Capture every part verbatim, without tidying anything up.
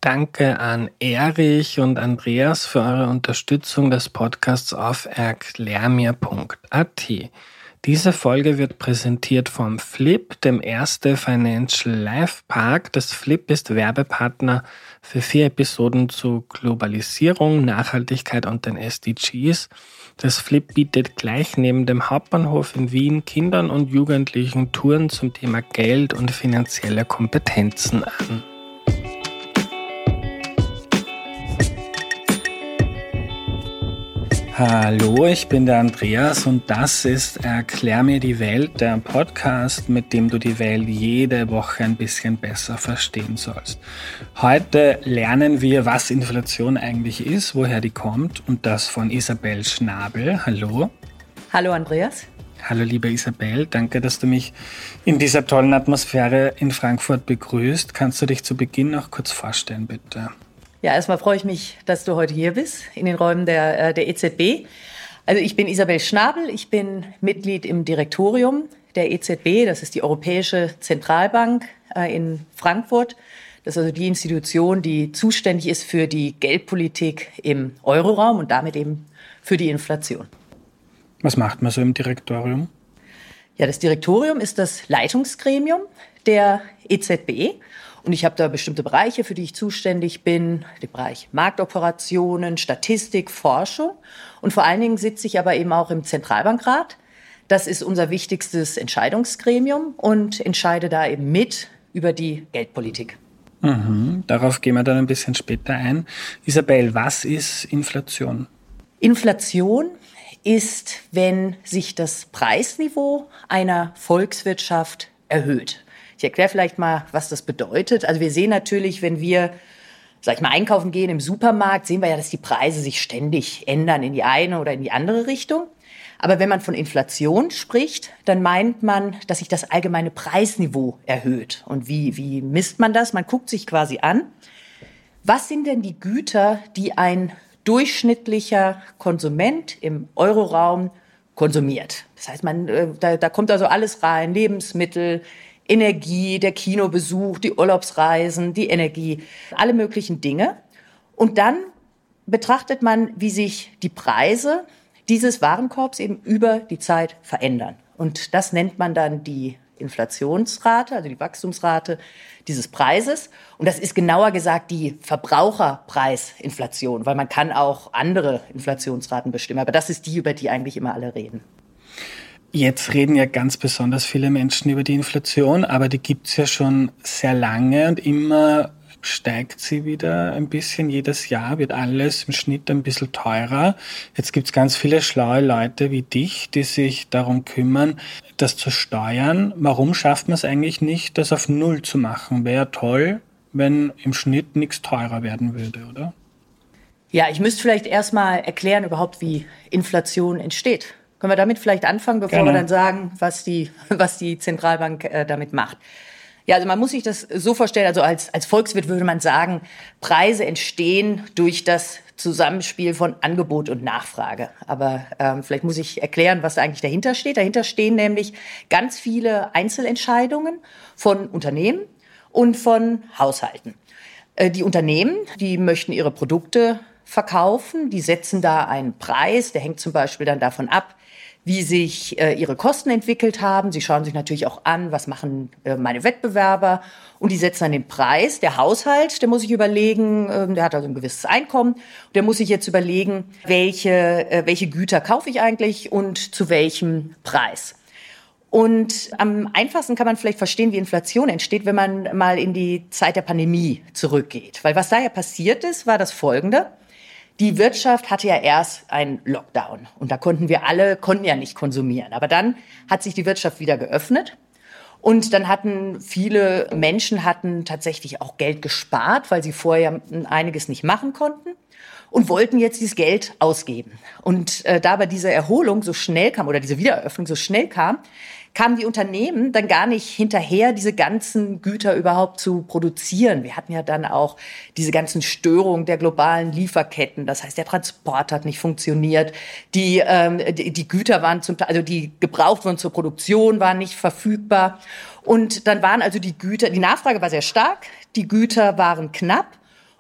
Danke an Erich und Andreas für eure Unterstützung des Podcasts auf erklärmir punkt a t. Diese Folge wird präsentiert vom Flip, dem Erste Financial Life Park. Das Flip ist Werbepartner für vier Episoden zu Globalisierung, Nachhaltigkeit und den S D Gs. Das Flip bietet gleich neben dem Hauptbahnhof in Wien Kindern und Jugendlichen Touren zum Thema Geld und finanzielle Kompetenzen an. Hallo, ich bin der Andreas und das ist Erklär mir die Welt, der Podcast, mit dem du die Welt jede Woche ein bisschen besser verstehen sollst. Heute lernen wir, was Inflation eigentlich ist, woher die kommt, und das von Isabel Schnabel. Hallo. Hallo Andreas. Hallo liebe Isabel, danke, dass du mich in dieser tollen Atmosphäre in Frankfurt begrüßt. Kannst du dich zu Beginn noch kurz vorstellen, bitte? Ja, erstmal freue ich mich, dass du heute hier bist, in den Räumen der, der E Z B. Also ich bin Isabel Schnabel, ich bin Mitglied im Direktorium der E Z B, das ist die Europäische Zentralbank äh, in Frankfurt. Das ist also die Institution, die zuständig ist für die Geldpolitik im Euroraum und damit eben für die Inflation. Was macht man so im Direktorium? Ja, das Direktorium ist das Leitungsgremium der E Z B. Und ich habe da bestimmte Bereiche, für die ich zuständig bin, den Bereich Marktoperationen, Statistik, Forschung. Und vor allen Dingen sitze ich aber eben auch im Zentralbankrat. Das ist unser wichtigstes Entscheidungsgremium und entscheide da eben mit über die Geldpolitik. Mhm, darauf gehen wir dann ein bisschen später ein. Isabel, was ist Inflation? Inflation ist, wenn sich das Preisniveau einer Volkswirtschaft erhöht. Ich erkläre vielleicht mal, was das bedeutet. Also wir sehen natürlich, wenn wir, sag ich mal, einkaufen gehen im Supermarkt, sehen wir ja, dass die Preise sich ständig ändern in die eine oder in die andere Richtung. Aber wenn man von Inflation spricht, dann meint man, dass sich das allgemeine Preisniveau erhöht. Und wie, wie misst man das? Man guckt sich quasi an, was sind denn die Güter, die ein durchschnittlicher Konsument im Euroraum konsumiert? Das heißt, man, da, da kommt also alles rein, Lebensmittel, Energie, der Kinobesuch, die Urlaubsreisen, die Energie, alle möglichen Dinge. Und dann betrachtet man, wie sich die Preise dieses Warenkorbs eben über die Zeit verändern. Und das nennt man dann die Inflationsrate, also die Wachstumsrate dieses Preises. Und das ist genauer gesagt die Verbraucherpreisinflation, weil man kann auch andere Inflationsraten bestimmen. Aber das ist die, über die eigentlich immer alle reden. Jetzt reden ja ganz besonders viele Menschen über die Inflation, aber die gibt's ja schon sehr lange und immer steigt sie wieder ein bisschen. Jedes Jahr wird alles im Schnitt ein bisschen teurer. Jetzt gibt's ganz viele schlaue Leute wie dich, die sich darum kümmern, das zu steuern. Warum schafft man es eigentlich nicht, das auf Null zu machen? Wäre ja toll, wenn im Schnitt nichts teurer werden würde, oder? Ja, ich müsste vielleicht erstmal erklären überhaupt, wie Inflation entsteht. Können wir damit vielleicht anfangen, bevor Gerne. wir dann sagen, was die, was die Zentralbank äh, damit macht? Ja, also man muss sich das so vorstellen, also als, als Volkswirt würde man sagen, Preise entstehen durch das Zusammenspiel von Angebot und Nachfrage. Aber ähm, vielleicht muss ich erklären, was da eigentlich dahinter steht. Dahinter stehen nämlich ganz viele Einzelentscheidungen von Unternehmen und von Haushalten. Äh, die Unternehmen, die möchten ihre Produkte verkaufen, die setzen da einen Preis, der hängt zum Beispiel dann davon ab, wie sich äh, ihre Kosten entwickelt haben. Sie schauen sich natürlich auch an, was machen äh, meine Wettbewerber, und die setzen dann den Preis. Der Haushalt, der muss sich überlegen, äh, der hat also ein gewisses Einkommen, der muss sich jetzt überlegen, welche, äh, welche Güter kaufe ich eigentlich und zu welchem Preis. Und am einfachsten kann man vielleicht verstehen, wie Inflation entsteht, wenn man mal in die Zeit der Pandemie zurückgeht. Weil was da ja passiert ist, war das Folgende. Die Wirtschaft hatte ja erst einen Lockdown und da konnten wir alle, konnten ja nicht konsumieren. Aber dann hat sich die Wirtschaft wieder geöffnet und dann hatten viele Menschen hatten tatsächlich auch Geld gespart, weil sie vorher einiges nicht machen konnten und wollten jetzt dieses Geld ausgeben. Und äh, da aber diese Erholung so schnell kam oder diese Wiedereröffnung so schnell kam, kamen die Unternehmen dann gar nicht hinterher, diese ganzen Güter überhaupt zu produzieren. Wir hatten ja dann auch diese ganzen Störungen der globalen Lieferketten. Das heißt, der Transport hat nicht funktioniert. Die, ähm, die, die Güter waren zum Teil, also die gebraucht wurden zur Produktion, waren nicht verfügbar. Und dann waren also die Güter, die Nachfrage war sehr stark, die Güter waren knapp.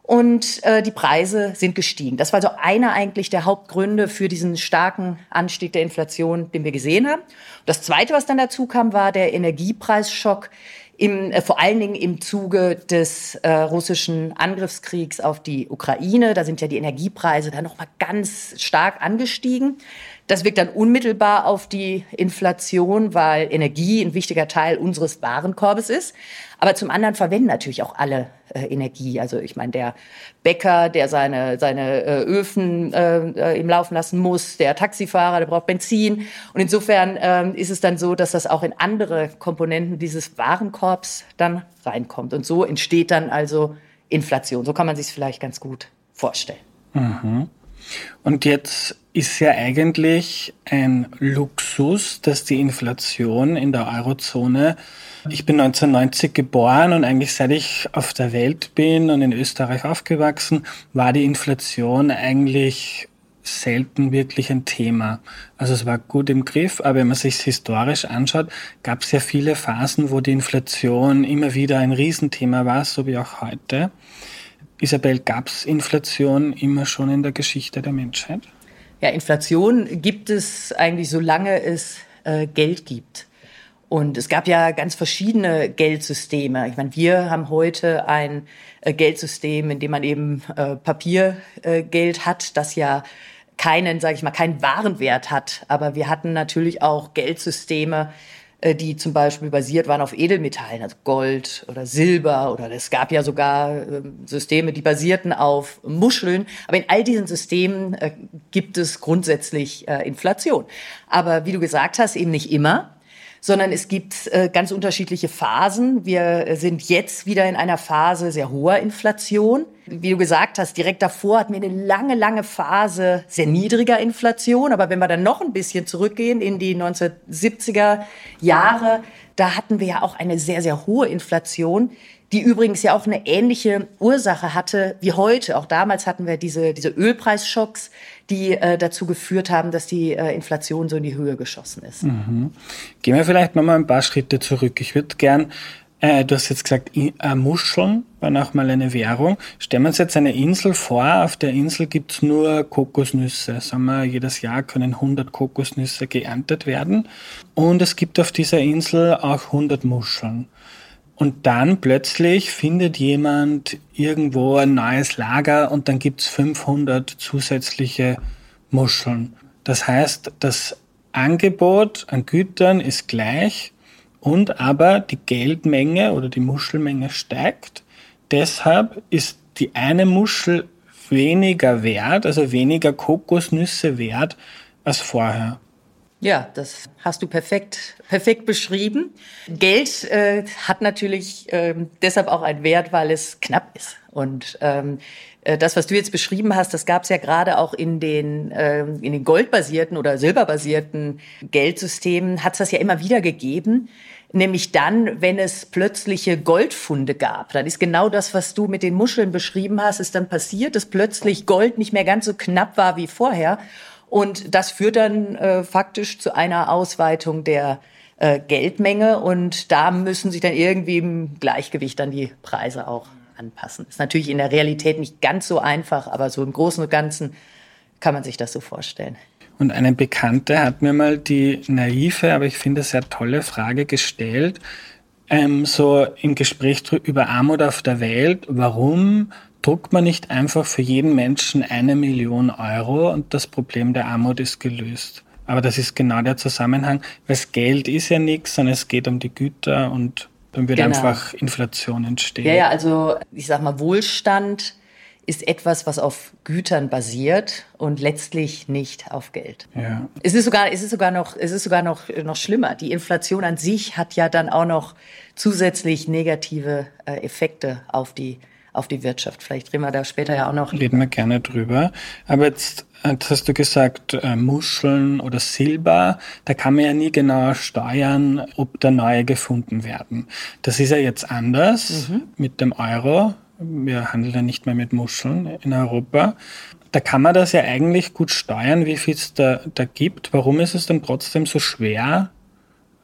Und äh, die Preise sind gestiegen. Das war so einer eigentlich der Hauptgründe für diesen starken Anstieg der Inflation, den wir gesehen haben. Das Zweite, was dann dazu kam, war der Energiepreisschock, im, äh, vor allen Dingen im Zuge des äh, russischen Angriffskriegs auf die Ukraine. Da sind ja die Energiepreise dann noch mal ganz stark angestiegen. Das wirkt dann unmittelbar auf die Inflation, weil Energie ein wichtiger Teil unseres Warenkorbes ist. Aber zum anderen verwenden natürlich auch alle äh, Energie. Also ich meine, der Bäcker, der seine, seine äh, Öfen äh, im Laufen lassen muss, der Taxifahrer, der braucht Benzin. Und insofern äh, ist es dann so, dass das auch in andere Komponenten dieses Warenkorbs dann reinkommt. Und so entsteht dann also Inflation. So kann man sich es vielleicht ganz gut vorstellen. Mhm. Und jetzt ist ja eigentlich ein Luxus, dass die Inflation in der Eurozone, ich bin neunzehnhundertneunzig geboren und eigentlich seit ich auf der Welt bin und in Österreich aufgewachsen, war die Inflation eigentlich selten wirklich ein Thema. Also es war gut im Griff, aber wenn man sich historisch anschaut, gab es ja viele Phasen, wo die Inflation immer wieder ein Riesenthema war, so wie auch heute. Isabel, gab es Inflation immer schon in der Geschichte der Menschheit? Ja, Inflation gibt es eigentlich, solange es äh, Geld gibt. Und es gab ja ganz verschiedene Geldsysteme. Ich meine, wir haben heute ein äh, Geldsystem, in dem man eben äh, Papiergeld äh, hat, das ja keinen, sage ich mal, keinen Warenwert hat. Aber wir hatten natürlich auch Geldsysteme, die zum Beispiel basiert waren auf Edelmetallen, also Gold oder Silber, oder es gab ja sogar äh, Systeme, die basierten auf Muscheln. Aber in all diesen Systemen äh, gibt es grundsätzlich äh, Inflation. Aber wie du gesagt hast, eben nicht immer, sondern es gibt äh, ganz unterschiedliche Phasen. Wir sind jetzt wieder in einer Phase sehr hoher Inflation. Wie du gesagt hast, direkt davor hatten wir eine lange, lange Phase sehr niedriger Inflation. Aber wenn wir dann noch ein bisschen zurückgehen in die neunzehnhundertsiebziger Jahre, da hatten wir ja auch eine sehr, sehr hohe Inflation, die übrigens ja auch eine ähnliche Ursache hatte wie heute. Auch damals hatten wir diese, diese Ölpreisschocks, die äh, dazu geführt haben, dass die äh, Inflation so in die Höhe geschossen ist. Mhm. Gehen wir vielleicht noch mal ein paar Schritte zurück. Ich würde gern, äh, du hast jetzt gesagt, äh, Muscheln waren auch mal eine Währung. Stellen wir uns jetzt eine Insel vor, auf der Insel gibt's nur Kokosnüsse. Sagen wir, jedes Jahr können hundert Kokosnüsse geerntet werden. Und es gibt auf dieser Insel auch hundert Muscheln. Und dann plötzlich findet jemand irgendwo ein neues Lager und dann gibt's fünfhundert zusätzliche Muscheln. Das heißt, das Angebot an Gütern ist gleich und aber die Geldmenge oder die Muschelmenge steigt. Deshalb ist die eine Muschel weniger wert, also weniger Kokosnüsse wert als vorher. Ja, das hast du perfekt, perfekt beschrieben. Geld äh, hat natürlich ähm, deshalb auch einen Wert, weil es knapp ist. Und ähm, äh, das, was du jetzt beschrieben hast, das gab es ja gerade auch in den, ähm, in den goldbasierten oder silberbasierten Geldsystemen, hat es das ja immer wieder gegeben. Nämlich dann, wenn es plötzliche Goldfunde gab. Dann ist genau das, was du mit den Muscheln beschrieben hast, ist dann passiert, dass plötzlich Gold nicht mehr ganz so knapp war wie vorher. Und das führt dann äh, faktisch zu einer Ausweitung der äh, Geldmenge. Und da müssen sich dann irgendwie im Gleichgewicht dann die Preise auch anpassen. Ist natürlich in der Realität nicht ganz so einfach, aber so im Großen und Ganzen kann man sich das so vorstellen. Und eine Bekannte hat mir mal die naive, aber ich finde sehr tolle Frage gestellt, ähm, so im Gespräch über Armut auf der Welt, warum druckt man nicht einfach für jeden Menschen eine Million Euro und das Problem der Armut ist gelöst. Aber das ist genau der Zusammenhang, weil das Geld ist ja nichts, sondern es geht um die Güter und dann wird genau. einfach Inflation entstehen. Ja, ja, also ich sag mal, Wohlstand ist etwas, was auf Gütern basiert und letztlich nicht auf Geld. Ja. Es ist sogar, es ist sogar noch, es ist sogar noch, noch schlimmer. Die Inflation an sich hat ja dann auch noch zusätzlich negative äh, Effekte auf die auf die Wirtschaft. Vielleicht reden wir da später ja auch noch. Reden wir gerne drüber. Aber jetzt, jetzt hast du gesagt, äh, Muscheln oder Silber, da kann man ja nie genau steuern, ob da neue gefunden werden. Das ist ja jetzt anders mhm. mit dem Euro. Wir handeln ja nicht mehr mit Muscheln in Europa. Da kann man das ja eigentlich gut steuern, wie viel es da, da gibt. Warum ist es dann trotzdem so schwer,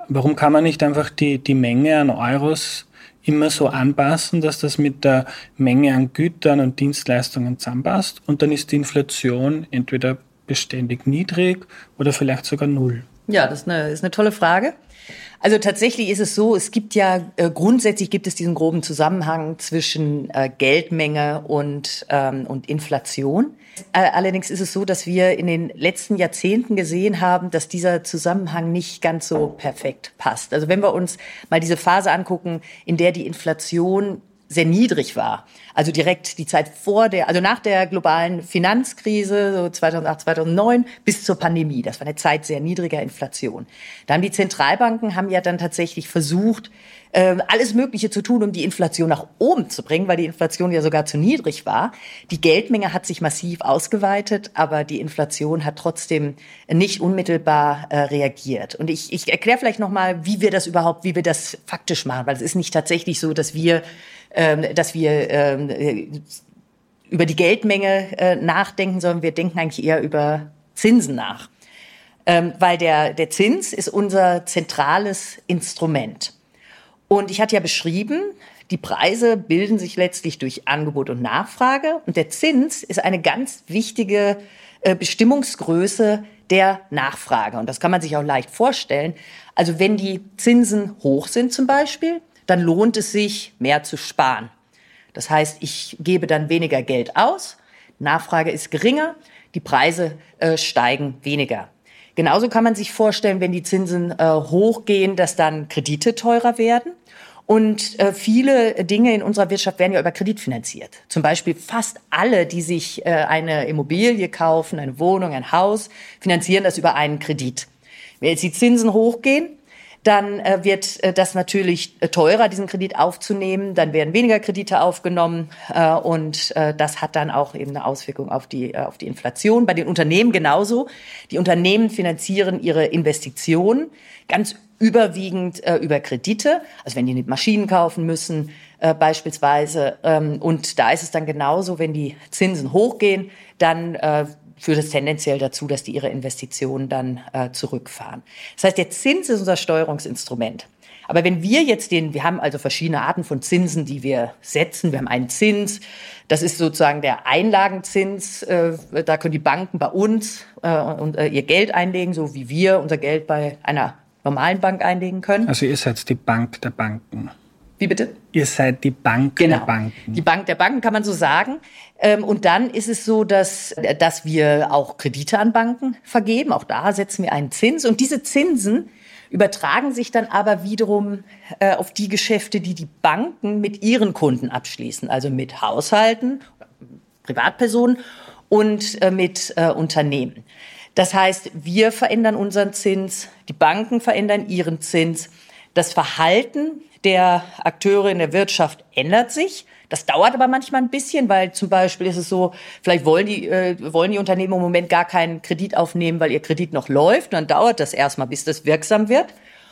warum kann man nicht einfach die, die Menge an Euros immer so anpassen, dass das mit der Menge an Gütern und Dienstleistungen zusammenpasst und dann ist die Inflation entweder beständig niedrig oder vielleicht sogar null? Ja, das ist eine, ist eine tolle Frage. Also tatsächlich ist es so, es gibt ja, äh, grundsätzlich gibt es diesen groben Zusammenhang zwischen äh, Geldmenge und, ähm, und Inflation. Äh, allerdings ist es so, dass wir in den letzten Jahrzehnten gesehen haben, dass dieser Zusammenhang nicht ganz so perfekt passt. Also wenn wir uns mal diese Phase angucken, in der die Inflation sehr niedrig war. Also direkt die Zeit vor der, also nach der globalen Finanzkrise, so zweitausendacht, zweitausendneun, bis zur Pandemie. Das war eine Zeit sehr niedriger Inflation. Da haben die Zentralbanken haben ja dann tatsächlich versucht, äh, alles Mögliche zu tun, um die Inflation nach oben zu bringen, weil die Inflation ja sogar zu niedrig war. Die Geldmenge hat sich massiv ausgeweitet, aber die Inflation hat trotzdem nicht unmittelbar äh, reagiert. Und ich, ich erkläre vielleicht nochmal, wie wir das überhaupt, wie wir das faktisch machen, weil es ist nicht tatsächlich so, dass wir Ähm, dass wir ähm, über die Geldmenge äh, nachdenken, sondern wir denken eigentlich eher über Zinsen nach. Ähm, weil der, der Zins ist unser zentrales Instrument. Und ich hatte ja beschrieben, die Preise bilden sich letztlich durch Angebot und Nachfrage. Und der Zins ist eine ganz wichtige äh, Bestimmungsgröße der Nachfrage. Und das kann man sich auch leicht vorstellen. Also wenn die Zinsen hoch sind zum Beispiel, dann lohnt es sich, mehr zu sparen. Das heißt, ich gebe dann weniger Geld aus, Nachfrage ist geringer, die Preise äh, steigen weniger. Genauso kann man sich vorstellen, wenn die Zinsen äh, hochgehen, dass dann Kredite teurer werden. Und äh, viele Dinge in unserer Wirtschaft werden ja über Kredit finanziert. Zum Beispiel fast alle, die sich äh, eine Immobilie kaufen, eine Wohnung, ein Haus, finanzieren das über einen Kredit. Wenn jetzt die Zinsen hochgehen, dann äh, wird äh, das natürlich äh, teurer, diesen Kredit aufzunehmen. Dann werden weniger Kredite aufgenommen äh, und äh, das hat dann auch eben eine Auswirkung auf die, äh, auf die Inflation. Bei den Unternehmen genauso. Die Unternehmen finanzieren ihre Investitionen ganz überwiegend äh, über Kredite. Also wenn die nicht Maschinen kaufen müssen äh, beispielsweise. Ähm, und da ist es dann genauso, wenn die Zinsen hochgehen, dann äh, führt es tendenziell dazu, dass die ihre Investitionen dann äh, zurückfahren. Das heißt, der Zins ist unser Steuerungsinstrument. Aber wenn wir jetzt den, wir haben also verschiedene Arten von Zinsen, die wir setzen. Wir haben einen Zins, das ist sozusagen der Einlagenzins. Äh, da können die Banken bei uns äh, und, äh, ihr Geld einlegen, so wie wir unser Geld bei einer normalen Bank einlegen können. Also ihr seid die Bank der Banken. Wie bitte? Ihr seid die Bank genau. der Banken. Die Bank der Banken kann man so sagen. Und dann ist es so, dass, dass wir auch Kredite an Banken vergeben. Auch da setzen wir einen Zins. Und diese Zinsen übertragen sich dann aber wiederum äh, auf die Geschäfte, die die Banken mit ihren Kunden abschließen. Also mit Haushalten, Privatpersonen und äh, mit äh, Unternehmen. Das heißt, wir verändern unseren Zins, die Banken verändern ihren Zins. Das Verhalten der Akteure in der Wirtschaft ändert sich. Das dauert aber manchmal ein bisschen, weil zum Beispiel ist es so, vielleicht wollen die, äh, wollen die Unternehmen im Moment gar keinen Kredit aufnehmen, weil ihr Kredit noch läuft. Dann dauert das erstmal, bis das wirksam wird.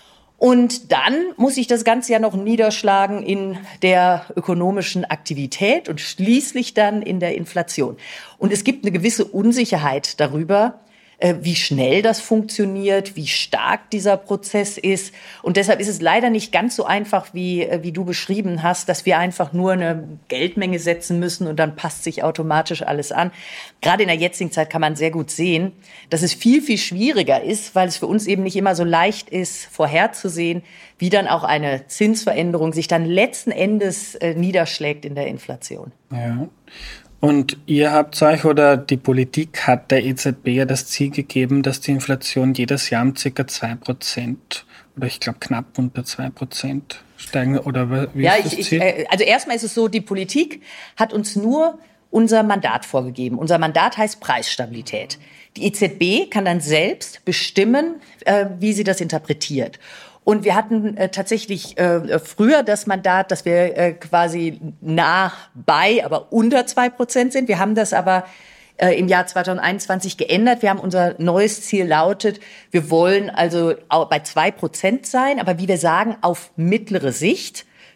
Und dann muss sich das Ganze ja noch niederschlagen in der ökonomischen Aktivität und schließlich dann in der Inflation. Und es gibt eine gewisse Unsicherheit darüber, wie schnell das funktioniert, wie stark dieser Prozess ist. Und deshalb ist es leider nicht ganz so einfach, wie, wie du beschrieben hast, dass wir einfach nur eine Geldmenge setzen müssen und dann passt sich automatisch alles an. Gerade in der jetzigen Zeit kann man sehr gut sehen, dass es viel, viel schwieriger ist, weil es für uns eben nicht immer so leicht ist, vorherzusehen, wie dann auch eine Zinsveränderung sich dann letzten Endes äh, niederschlägt in der Inflation. Ja. Und ihr habt euch oder die Politik hat der E Z B ja das Ziel gegeben, dass die Inflation jedes Jahr um ca. zwei Prozent oder ich glaube knapp unter zwei Prozent steigen. Oder wie ja, ist das ich, Ziel? Ich, also erstmal ist es so, die Politik hat uns nur unser Mandat vorgegeben. Unser Mandat heißt Preisstabilität. Die E Z B kann dann selbst bestimmen, äh, wie sie das interpretiert. Und wir hatten äh, tatsächlich äh, früher das Mandat, dass wir äh, quasi nah bei, aber unter zwei Prozent sind. Wir haben das aber äh, im Jahr zweitausendeinundzwanzig geändert. Wir haben unser neues Ziel lautet, wir wollen also auch bei zwei Prozent sein, aber wie wir sagen, auf mittlere Sicht.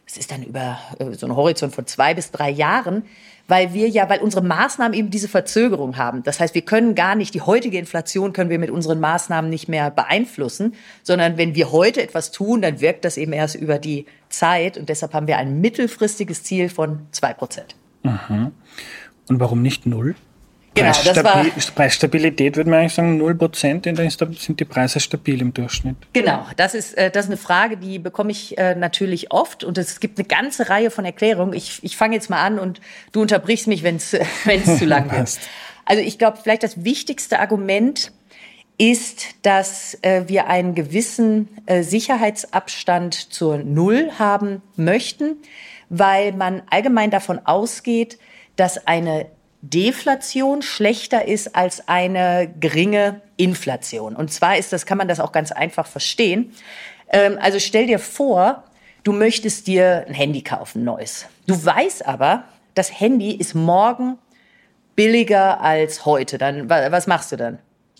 es ist dann über äh, so einen Horizont von zwei bis drei Jahren, weil wir ja, weil unsere Maßnahmen eben diese Verzögerung haben. Das heißt, wir können gar nicht, die heutige Inflation können wir mit unseren Maßnahmen nicht mehr beeinflussen, sondern wenn wir heute etwas tun, dann wirkt das eben erst über die Zeit. Und deshalb haben wir ein mittelfristiges Ziel von zwei Prozent. Mhm. Und warum nicht null? Genau, das war Preisstabilität würde man eigentlich sagen, null Prozent sind die Preise stabil im Durchschnitt. Genau, das ist, äh, das ist eine Frage, die bekomme ich äh, natürlich oft und es gibt eine ganze Reihe von Erklärungen. Ich, ich fange jetzt mal an und du unterbrichst mich, wenn es zu lang wird. Also ich glaube, vielleicht das wichtigste Argument ist, dass äh, wir einen gewissen äh, Sicherheitsabstand zur Null haben möchten, weil man allgemein davon ausgeht, dass eine Deflation schlechter ist als eine geringe Inflation. Und zwar ist das, kann man das auch ganz einfach verstehen. Ähm, also stell dir vor, du möchtest dir ein Handy kaufen, ein neues. Du weißt aber, das Handy ist morgen billiger als heute. Dann, was machst du dann?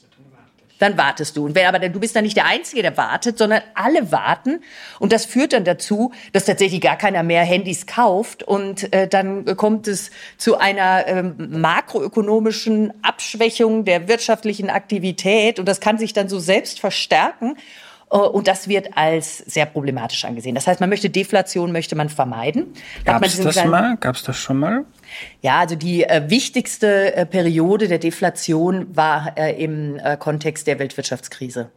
Dann wartest du. Und wenn, aber du bist dann nicht der Einzige, der wartet, sondern alle warten. Und das führt dann dazu, dass tatsächlich gar keiner mehr Handys kauft. Und äh, dann kommt es zu einer ähm, makroökonomischen Abschwächung der wirtschaftlichen Aktivität. Und das kann sich dann so selbst verstärken. Und das wird als sehr problematisch angesehen. Das heißt, man möchte Deflation, möchte man vermeiden. Gab es das mal? Gab es das schon mal? Ja, also die äh, wichtigste äh, Periode der Deflation war äh, im äh, Kontext der Weltwirtschaftskrise.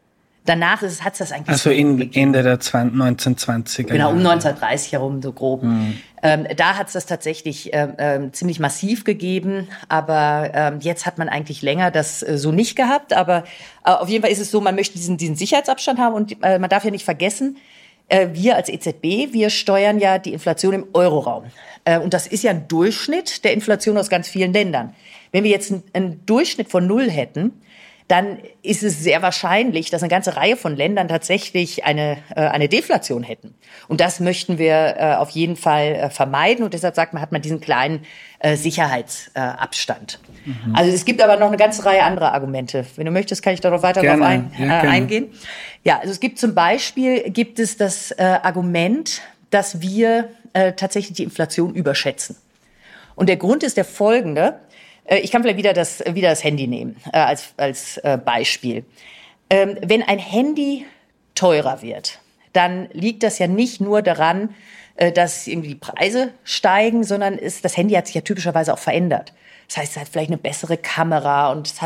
Danach ist, hat es das eigentlich... Also in, Ende der neunzehnhundertzwanziger Genau, um neunzehnhundertdreißig herum, so grob. Mhm. Ähm, da hat es das tatsächlich äh, äh, ziemlich massiv gegeben, aber äh, jetzt hat man eigentlich länger das äh, so nicht gehabt. Aber äh, auf jeden Fall ist es so, man möchte diesen, diesen Sicherheitsabstand haben und äh, man darf ja nicht vergessen, äh, wir als E Z B, wir steuern ja die Inflation im Euroraum. Äh, und das ist ja ein Durchschnitt der Inflation aus ganz vielen Ländern. Wenn wir jetzt einen, einen Durchschnitt von Null hätten, dann ist es sehr wahrscheinlich, dass eine ganze Reihe von Ländern tatsächlich eine, äh, eine Deflation hätten. Und das möchten wir äh, auf jeden Fall äh, vermeiden. Und deshalb sagt man, hat man diesen kleinen äh, Sicherheitsabstand. Äh, mhm. Also es gibt aber noch eine ganze Reihe anderer Argumente. Wenn du möchtest, kann ich darauf weiter drauf ein, äh, ja, eingehen. Ja, also es gibt zum Beispiel gibt es das äh, Argument, dass wir äh, tatsächlich die Inflation überschätzen. Und der Grund ist der folgende. Ich kann vielleicht wieder das, wieder das Handy nehmen äh, als, als äh, Beispiel. Ähm, wenn ein Handy teurer wird, dann liegt das ja nicht nur daran, äh, dass irgendwie die Preise steigen, sondern ist, das Handy hat sich ja typischerweise auch verändert. Das heißt, es hat vielleicht eine bessere Kamera und es hat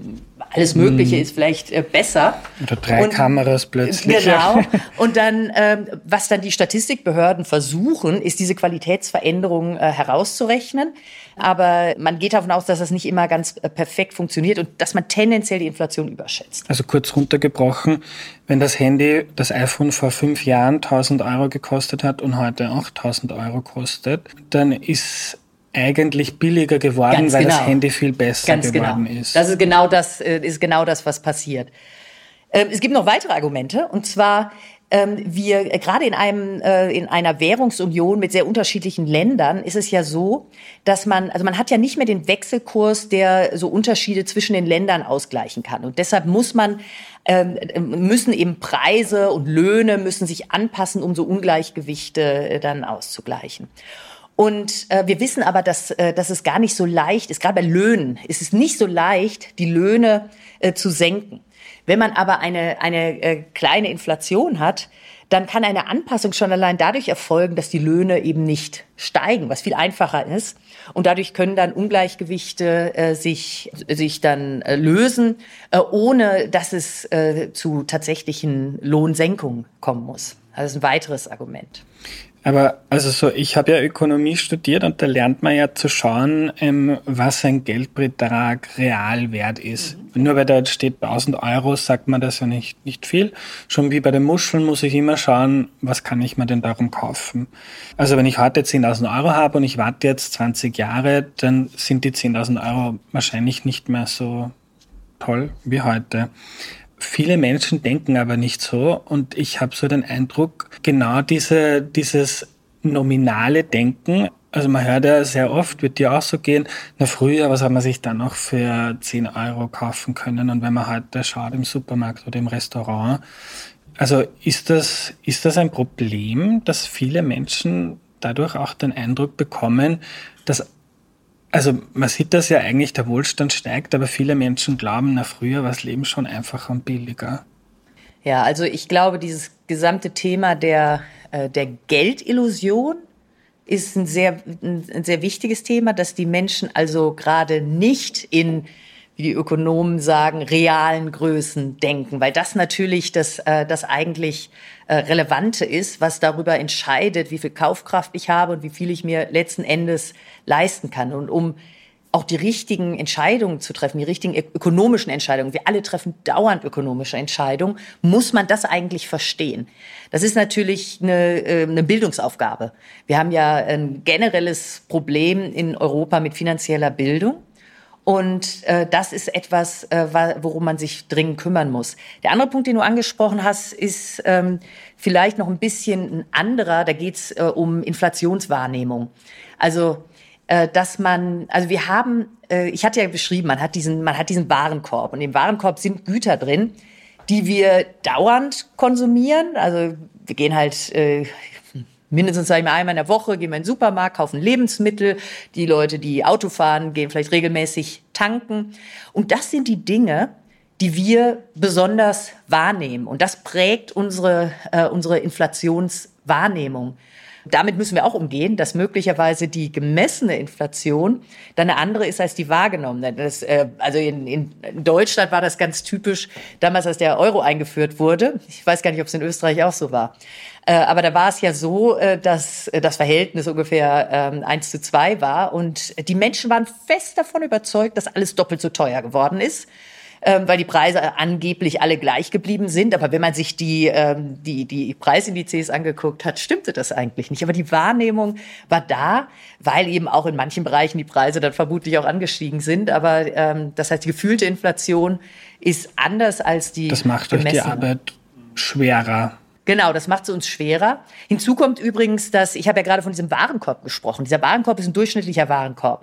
alles Mögliche ist vielleicht äh, besser. Oder drei und, Kameras plötzlich. Genau. Und dann, ähm, was dann die Statistikbehörden versuchen, ist diese Qualitätsveränderung äh, herauszurechnen. Aber man geht davon aus, dass das nicht immer ganz äh, perfekt funktioniert und dass man tendenziell die Inflation überschätzt. Also kurz runtergebrochen, wenn das Handy, das iPhone vor fünf Jahren tausend Euro gekostet hat und heute achttausend Euro kostet, dann ist eigentlich billiger geworden, Ganz weil genau. das Handy viel besser Ganz geworden genau. ist. Das ist genau das, ist genau das, was passiert. Es gibt noch weitere Argumente, und zwar wir gerade in einem in einer Währungsunion mit sehr unterschiedlichen Ländern ist es ja so, dass man also man hat ja nicht mehr den Wechselkurs, der so Unterschiede zwischen den Ländern ausgleichen kann, und deshalb muss man müssen eben Preise und Löhne müssen sich anpassen, um so Ungleichgewichte dann auszugleichen. Und äh, wir wissen aber, dass, äh, dass es gar nicht so leicht ist. Gerade bei Löhnen ist es nicht so leicht, die Löhne äh, zu senken. Wenn man aber eine, eine äh, kleine Inflation hat, dann kann eine Anpassung schon allein dadurch erfolgen, dass die Löhne eben nicht steigen, was viel einfacher ist. Und dadurch können dann Ungleichgewichte äh, sich, sich dann äh, lösen, äh, ohne dass es äh, zu tatsächlichen Lohnsenkungen kommen muss. Also das ist ein weiteres Argument. Aber also so, ich habe ja Ökonomie studiert und da lernt man ja zu schauen, ähm, was ein Geldbetrag real wert ist. Mhm. Nur weil da jetzt steht tausend Euro, sagt man das ja nicht, nicht viel. Schon wie bei den Muscheln muss ich immer schauen, was kann ich mir denn darum kaufen. Also wenn ich heute zehntausend Euro habe und ich warte jetzt zwanzig Jahre, dann sind die zehntausend Euro wahrscheinlich nicht mehr so toll wie heute. Viele Menschen denken aber nicht so, und ich habe so den Eindruck, genau diese, dieses nominale Denken, also man hört ja sehr oft, wird dir auch so gehen, na früher, was hat man sich dann noch für zehn Euro kaufen können, und wenn man heute schaut im Supermarkt oder im Restaurant, Also ist das, ist das ein Problem, dass viele Menschen dadurch auch den Eindruck bekommen, dass, also man sieht das ja eigentlich, der Wohlstand steigt, aber viele Menschen glauben, na früher war das Leben schon einfacher und billiger. Ja, also ich glaube, dieses gesamte Thema der, äh, der Geldillusion ist ein sehr, ein sehr wichtiges Thema, dass die Menschen also gerade nicht in, wie die Ökonomen sagen, realen Größen denken, weil das natürlich das, äh, das eigentlich äh, Relevante ist, was darüber entscheidet, wie viel Kaufkraft ich habe und wie viel ich mir letzten Endes leisten kann. Und um auch die richtigen Entscheidungen zu treffen, die richtigen ökonomischen Entscheidungen, wir alle treffen dauernd ökonomische Entscheidungen, muss man das eigentlich verstehen. Das ist natürlich eine, eine Bildungsaufgabe. Wir haben ja ein generelles Problem in Europa mit finanzieller Bildung. Und äh, das ist etwas, äh, worum man sich dringend kümmern muss. Der andere Punkt, den du angesprochen hast, ist ähm, vielleicht noch ein bisschen ein anderer. Da geht es äh, um Inflationswahrnehmung. Also dass man, also wir haben, ich hatte ja beschrieben, man hat diesen, man hat diesen Warenkorb und im Warenkorb sind Güter drin, die wir dauernd konsumieren. Also wir gehen halt äh, mindestens sag ich mal, einmal in der Woche, gehen wir in den Supermarkt, kaufen Lebensmittel. Die Leute, die Auto fahren, gehen vielleicht regelmäßig tanken. Und das sind die Dinge, die wir besonders wahrnehmen. Und das prägt unsere, äh, unsere Inflationswahrnehmung. Damit müssen wir auch umgehen, dass möglicherweise die gemessene Inflation dann eine andere ist als die wahrgenommene. Das, äh, also in, in Deutschland war das ganz typisch, damals als der Euro eingeführt wurde. Ich weiß gar nicht, ob es in Österreich auch so war. Äh, aber da war es ja so, äh, dass das Verhältnis ungefähr ähm, eins zu zwei war. Und die Menschen waren fest davon überzeugt, dass alles doppelt so teuer geworden ist. Ähm, weil die Preise angeblich alle gleich geblieben sind. Aber wenn man sich die, ähm, die, die Preisindizes angeguckt hat, stimmte das eigentlich nicht. Aber die Wahrnehmung war da, weil eben auch in manchen Bereichen die Preise dann vermutlich auch angestiegen sind. Aber ähm, das heißt, die gefühlte Inflation ist anders als die Das macht euch die Arbeit schwerer. Genau, das macht es uns schwerer. Hinzu kommt übrigens, dass, ich habe ja gerade von diesem Warenkorb gesprochen. Dieser Warenkorb ist ein durchschnittlicher Warenkorb.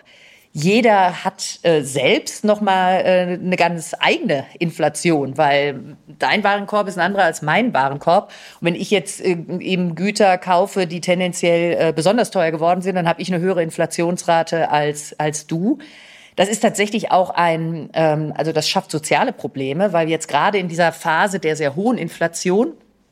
Jeder hat äh, selbst noch mal äh, eine ganz eigene Inflation, weil dein Warenkorb ist ein anderer als mein Warenkorb. Und wenn ich jetzt äh, eben Güter kaufe, die tendenziell äh, besonders teuer geworden sind, dann habe ich eine höhere Inflationsrate als als du. Das ist tatsächlich auch ein, ähm, also das schafft soziale Probleme, weil jetzt gerade in dieser Phase der sehr hohen Inflation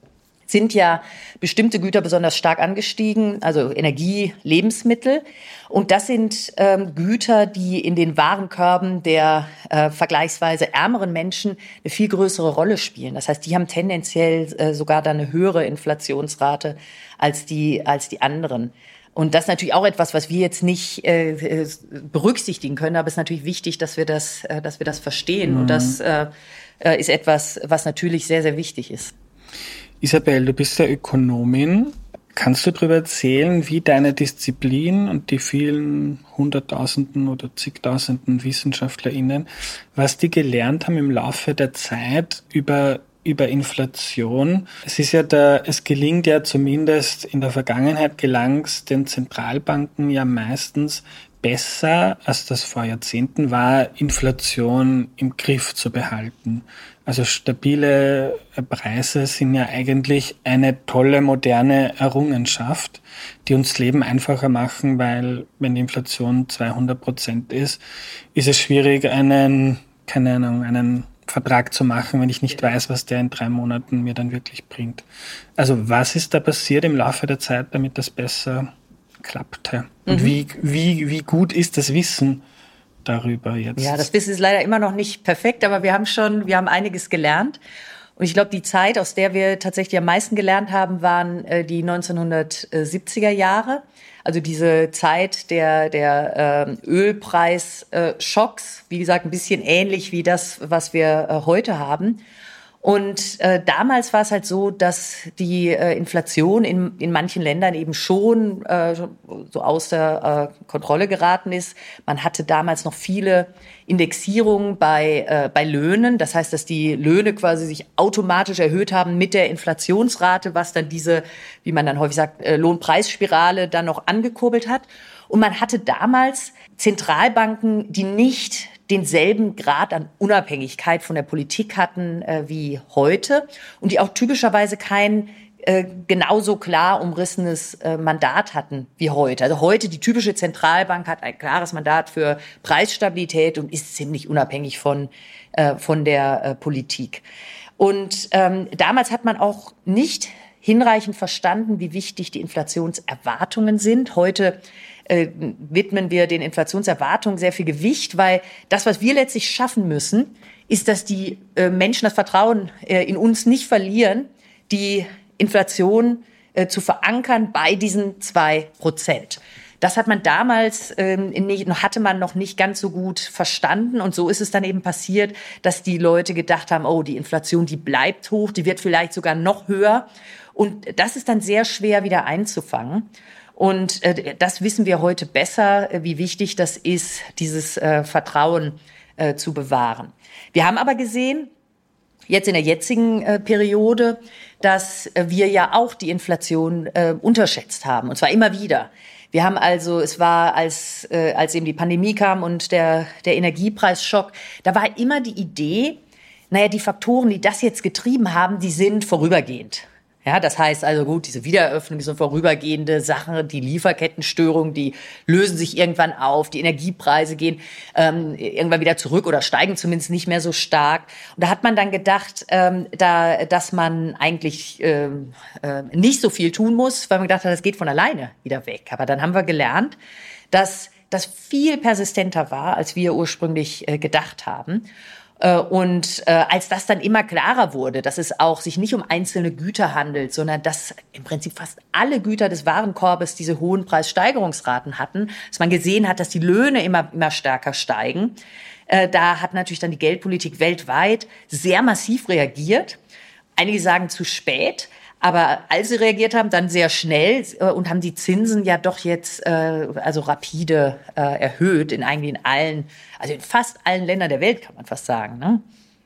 sind ja bestimmte Güter besonders stark angestiegen, also Energie, Lebensmittel. Und das sind ähm, Güter, die in den Warenkörben der äh, vergleichsweise ärmeren Menschen eine viel größere Rolle spielen. Das heißt, die haben tendenziell äh, sogar dann eine höhere Inflationsrate als die, als die anderen. Und das ist natürlich auch etwas, was wir jetzt nicht äh, berücksichtigen können, aber es ist natürlich wichtig, dass wir das, äh, dass wir das verstehen. Mhm. Und das äh, ist etwas, was natürlich sehr, sehr wichtig ist. Isabel, du bist ja Ökonomin. Kannst du darüber erzählen, wie deine Disziplin und die vielen Hunderttausenden oder zigtausenden WissenschaftlerInnen, was die gelernt haben im Laufe der Zeit über, über Inflation? Es ist ja da, es gelingt ja zumindest in der Vergangenheit gelang es den Zentralbanken ja meistens besser, als das vor Jahrzehnten war, Inflation im Griff zu behalten. Also stabile Preise sind ja eigentlich eine tolle, moderne Errungenschaft, die uns das Leben einfacher machen, weil wenn die Inflation zweihundert Prozent ist, ist es schwierig, einen, keine Ahnung, einen Vertrag zu machen, wenn ich nicht weiß, was der in drei Monaten mir dann wirklich bringt. Also was ist da passiert im Laufe der Zeit, damit das besser klappte? Und mhm. wie, wie, wie gut ist das Wissen darüber jetzt? Ja, das Wissen ist leider immer noch nicht perfekt, aber wir haben schon, wir haben einiges gelernt. Und ich glaube, die Zeit, aus der wir tatsächlich am meisten gelernt haben, waren äh, die neunzehnhundertsiebziger Jahre. Also diese Zeit der, der äh, Ölpreisschocks, äh, wie gesagt, ein bisschen ähnlich wie das, was wir äh, heute haben. Und äh, damals war es halt so, dass die äh, Inflation in, in manchen Ländern eben schon äh, so außer äh, Kontrolle geraten ist. Man hatte damals noch viele Indexierungen bei, äh, bei Löhnen. Das heißt, dass die Löhne quasi sich automatisch erhöht haben mit der Inflationsrate, was dann diese, wie man dann häufig sagt, äh, Lohnpreisspirale dann noch angekurbelt hat. Und man hatte damals Zentralbanken, die nicht denselben Grad an Unabhängigkeit von der Politik hatten äh, wie heute und die auch typischerweise kein äh, genauso klar umrissenes äh, Mandat hatten wie heute. Also heute die typische Zentralbank hat ein klares Mandat für Preisstabilität und ist ziemlich unabhängig von, äh, von der äh, Politik. Und ähm, damals hat man auch nicht hinreichend verstanden, wie wichtig die Inflationserwartungen sind. Heute äh, widmen wir den Inflationserwartungen sehr viel Gewicht, weil das, was wir letztlich schaffen müssen, ist, dass die äh, Menschen das Vertrauen äh, in uns nicht verlieren, die Inflation äh, zu verankern bei diesen zwei Prozent. Das hat man damals ähm, nicht, hatte man noch nicht ganz so gut verstanden. Und so ist es dann eben passiert, dass die Leute gedacht haben, oh, die Inflation, die bleibt hoch, die wird vielleicht sogar noch höher. Und das ist dann sehr schwer wieder einzufangen. Und äh, das wissen wir heute besser, äh, wie wichtig das ist, dieses äh, Vertrauen äh, zu bewahren. Wir haben aber gesehen, jetzt in der jetzigen äh, Periode, dass äh, wir ja auch die Inflation äh, unterschätzt haben. Und zwar immer wieder. Wir haben also, es war, als, äh, als eben die Pandemie kam und der, der Energiepreisschock, da war immer die Idee, naja, die Faktoren, die das jetzt getrieben haben, die sind vorübergehend. Ja, das heißt also gut, diese Wiedereröffnung, diese vorübergehende Sache, die Lieferkettenstörung, die lösen sich irgendwann auf, die Energiepreise gehen ähm, irgendwann wieder zurück oder steigen zumindest nicht mehr so stark. Und da hat man dann gedacht, ähm, da, dass man eigentlich ähm, äh, nicht so viel tun muss, weil man gedacht hat, das geht von alleine wieder weg. Aber dann haben wir gelernt, dass das viel persistenter war, als wir ursprünglich äh, gedacht haben. Und äh, als das dann immer klarer wurde, dass es auch sich nicht um einzelne Güter handelt, sondern dass im Prinzip fast alle Güter des Warenkorbes diese hohen Preissteigerungsraten hatten, dass man gesehen hat, dass die Löhne immer, immer stärker steigen, äh, da hat natürlich dann die Geldpolitik weltweit sehr massiv reagiert. Einige sagen zu spät. Aber als sie reagiert haben, dann sehr schnell äh, und haben die Zinsen ja doch jetzt äh, also rapide äh, erhöht in eigentlich in allen, also in fast allen Ländern der Welt, kann man fast sagen. Ne?